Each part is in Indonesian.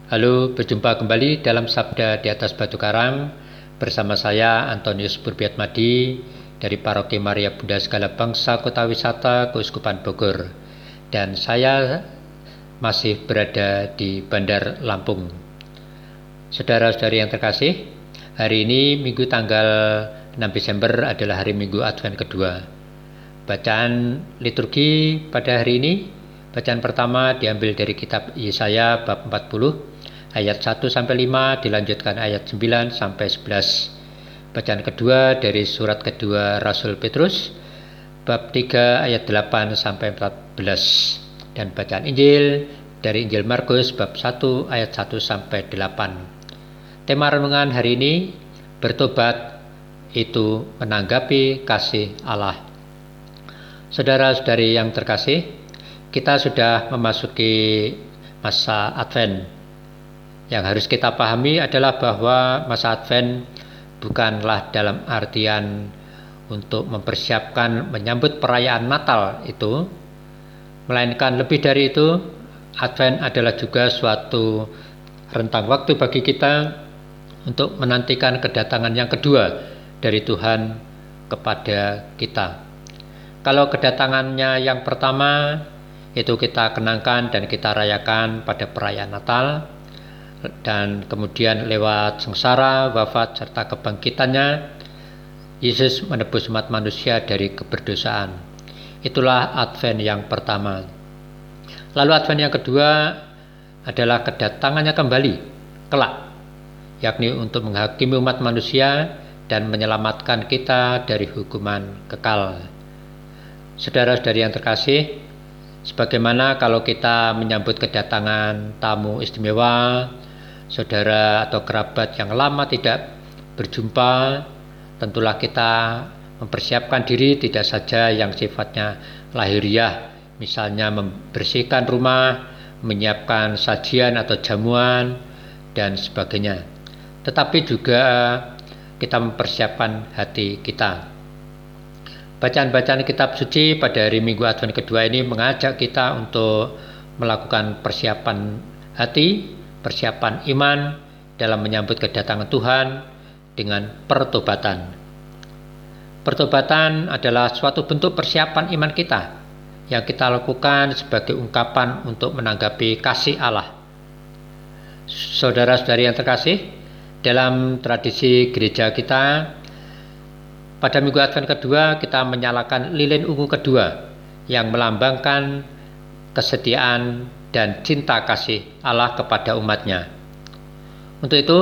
Halo, berjumpa kembali dalam Sabda di atas Batu Karang bersama saya Antonius Burbiatmadi dari Paroki Maria Bunda Segala Bangsa Kota Wisata Keuskupan Bogor, dan saya masih berada di Bandar Lampung. Saudara-saudari yang terkasih, hari ini Minggu tanggal 6 Desember adalah hari Minggu Advent kedua. Bacaan liturgi pada hari ini, bacaan pertama diambil dari kitab Yesaya bab 40 ayat 1 sampai 5, dilanjutkan ayat 9 sampai 11. Bacaan kedua dari surat kedua Rasul Petrus bab 3 ayat 8 sampai 14, dan bacaan Injil dari Injil Markus bab 1 ayat 1 sampai 8. Tema renungan hari ini, bertobat itu menanggapi kasih Allah. Saudara-saudari yang terkasih, kita sudah memasuki masa Advent. Yang harus kita pahami adalah bahwa masa Advent bukanlah dalam artian untuk mempersiapkan menyambut perayaan Natal itu, melainkan lebih dari itu, Advent adalah juga suatu rentang waktu bagi kita untuk menantikan kedatangan yang kedua dari Tuhan kepada kita. Kalau kedatangannya yang pertama itu kita kenangkan dan kita rayakan pada perayaan Natal, dan kemudian lewat sengsara, wafat, serta kebangkitannya, Yesus menebus umat manusia dari keberdosaan. Itulah Advent yang pertama. Lalu Advent yang kedua adalah kedatangannya kembali kelak, yakni untuk menghakimi umat manusia dan menyelamatkan kita dari hukuman kekal. Saudara-saudari yang terkasih, sebagaimana kalau kita menyambut kedatangan tamu istimewa, saudara atau kerabat yang lama tidak berjumpa, tentulah kita mempersiapkan diri tidak saja yang sifatnya lahiriah, misalnya membersihkan rumah, menyiapkan sajian atau jamuan, dan sebagainya, tetapi juga kita mempersiapkan hati kita. Bacaan-bacaan kitab suci pada hari Minggu Advent kedua ini mengajak kita untuk melakukan persiapan hati, persiapan iman dalam menyambut kedatangan Tuhan dengan pertobatan. Pertobatan adalah suatu bentuk persiapan iman kita yang kita lakukan sebagai ungkapan untuk menanggapi kasih Allah. Saudara-saudari yang terkasih, dalam tradisi gereja kita, pada Minggu Advent kedua kita menyalakan lilin ungu kedua yang melambangkan kesetiaan dan cinta kasih Allah kepada umatnya. Untuk itu,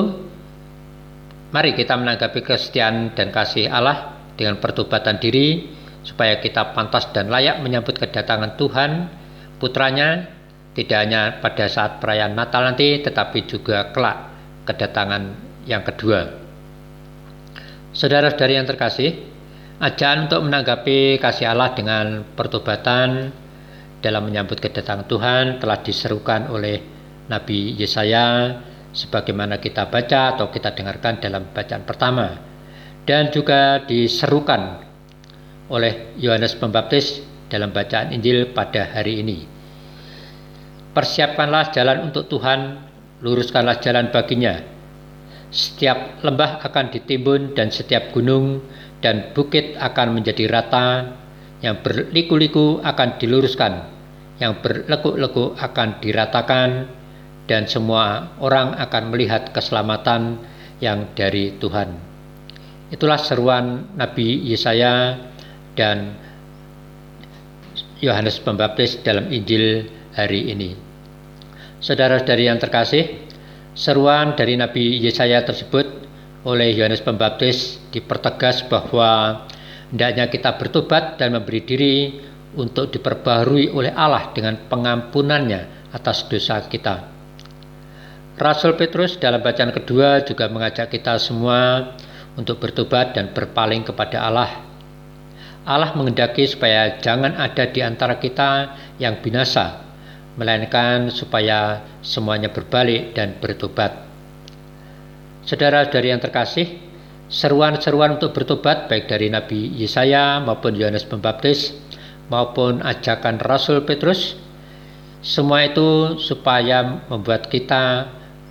mari kita menanggapi kesetiaan dan kasih Allah dengan pertobatan diri, supaya kita pantas dan layak menyambut kedatangan Tuhan, Putranya, tidak hanya pada saat perayaan Natal nanti, tetapi juga kelak kedatangan yang kedua. Saudara-saudari yang terkasih, ajakan untuk menanggapi kasih Allah dengan pertobatan dalam menyambut kedatangan Tuhan telah diserukan oleh Nabi Yesaya, sebagaimana kita baca atau kita dengarkan dalam bacaan pertama, dan juga diserukan oleh Yohanes Pembaptis dalam bacaan Injil pada hari ini. Persiapkanlah jalan untuk Tuhan, luruskanlah jalan baginya. Setiap lembah akan ditimbun dan setiap gunung dan bukit akan menjadi rata, yang berliku-liku akan diluruskan, yang berlekuk-lekuk akan diratakan, dan semua orang akan melihat keselamatan yang dari Tuhan. Itulah seruan Nabi Yesaya dan Yohanes Pembaptis dalam Injil hari ini. Saudara-saudari yang terkasih, seruan dari Nabi Yesaya tersebut oleh Yohanes Pembaptis dipertegas bahwa hendaknya kita bertobat dan memberi diri untuk diperbaharui oleh Allah dengan pengampunannya atas dosa kita. Rasul Petrus dalam bacaan kedua juga mengajak kita semua untuk bertobat dan berpaling kepada Allah. Allah menghendaki supaya jangan ada di antara kita yang binasa, melainkan supaya semuanya berbalik dan bertobat. Saudara-saudari yang terkasih, seruan-seruan untuk bertobat baik dari Nabi Yesaya maupun Yohanes Pembaptis maupun ajakan Rasul Petrus, semua itu supaya membuat kita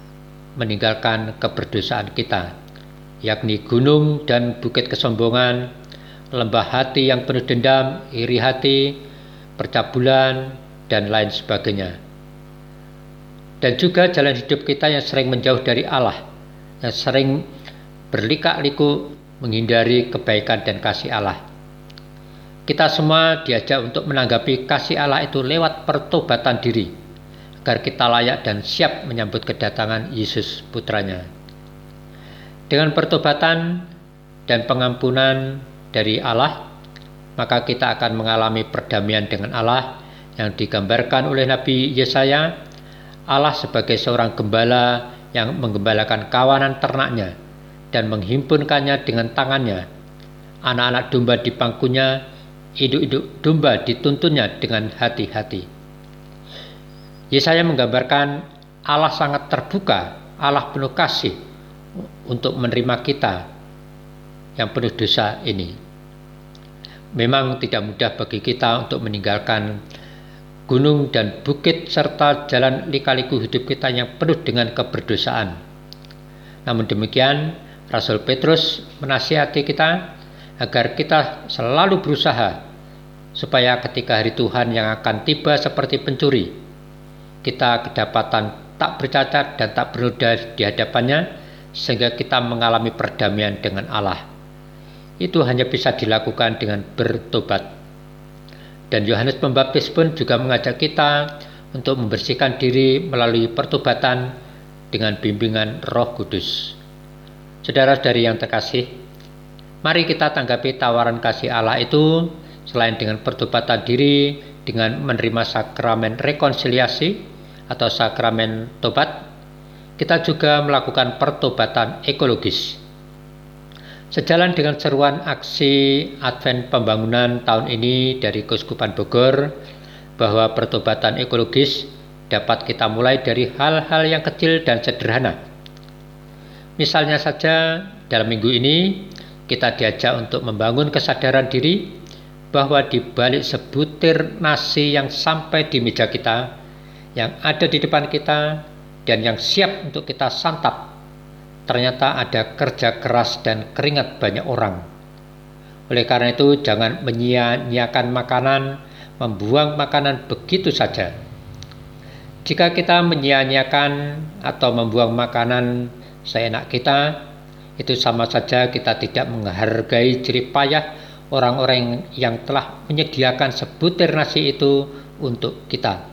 meninggalkan keberdosaan kita, yakni gunung dan bukit kesombongan, lembah hati yang penuh dendam, iri hati, percabulan, dan lain sebagainya. Dan juga jalan hidup kita yang sering menjauh dari Allah, yang sering berlikak-liku menghindari kebaikan dan kasih Allah. Kita semua diajak untuk menanggapi kasih Allah itu lewat pertobatan diri, agar kita layak dan siap menyambut kedatangan Yesus Putranya. Dengan pertobatan dan pengampunan dari Allah, maka kita akan mengalami perdamaian dengan Allah yang digambarkan oleh Nabi Yesaya, Allah sebagai seorang gembala yang menggembalakan kawanan ternaknya dan menghimpunkannya dengan tangannya. Anak-anak domba di pangkunya, induk-induk domba dituntunnya dengan hati-hati. Yesaya menggambarkan Allah sangat terbuka, Allah penuh kasih untuk menerima kita yang penuh dosa ini. Memang tidak mudah bagi kita untuk meninggalkan gunung dan bukit serta jalan lika-liku hidup kita yang penuh dengan keberdosaan. Namun demikian, Rasul Petrus menasihati kita agar kita selalu berusaha supaya ketika hari Tuhan yang akan tiba seperti pencuri, kita kedapatan tak bercacat dan tak bernoda di hadapannya, sehingga kita mengalami perdamaian dengan Allah. Itu hanya bisa dilakukan dengan bertobat. Dan Yohanes Pembaptis pun juga mengajak kita untuk membersihkan diri melalui pertobatan dengan bimbingan Roh Kudus. Saudara-saudari yang terkasih, mari kita tanggapi tawaran kasih Allah itu selain dengan pertobatan diri, dengan menerima sakramen rekonsiliasi atau sakramen tobat, kita juga melakukan pertobatan ekologis. Sejalan dengan seruan aksi Advent Pembangunan tahun ini dari Keuskupan Bogor, bahwa pertobatan ekologis dapat kita mulai dari hal-hal yang kecil dan sederhana. Misalnya saja, dalam minggu ini kita diajak untuk membangun kesadaran diri bahwa di balik sebutir nasi yang sampai di meja kita, yang ada di depan kita, dan yang siap untuk kita santap, ternyata ada kerja keras dan keringat banyak orang. Oleh karena itu, jangan menyia-nyiakan makanan, membuang makanan begitu saja. Jika kita menyia-nyiakan atau membuang makanan seenak kita, itu sama saja kita tidak menghargai jerih payah orang-orang yang telah menyediakan sebutir nasi itu untuk kita.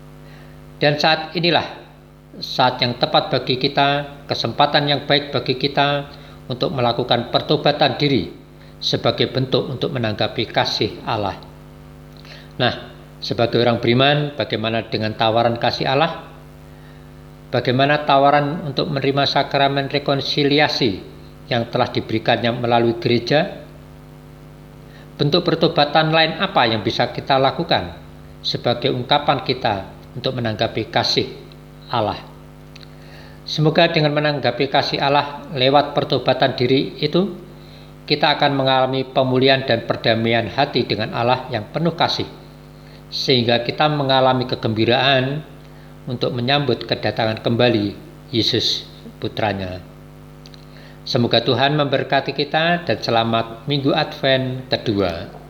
Dan saat inilah saat yang tepat bagi kita, kesempatan yang baik bagi kita untuk melakukan pertobatan diri sebagai bentuk untuk menanggapi kasih Allah. Nah, sebagai orang beriman, bagaimana dengan tawaran kasih Allah? Bagaimana tawaran untuk menerima sakramen rekonsiliasi yang telah diberikannya melalui gereja? Bentuk pertobatan lain apa yang bisa kita lakukan sebagai ungkapan kita untuk menanggapi kasih Allah? Semoga dengan menanggapi kasih Allah lewat pertobatan diri itu, kita akan mengalami pemulihan dan perdamaian hati dengan Allah yang penuh kasih, sehingga kita mengalami kegembiraan untuk menyambut kedatangan kembali Yesus Putranya. Semoga Tuhan memberkati kita dan selamat Minggu Advent kedua.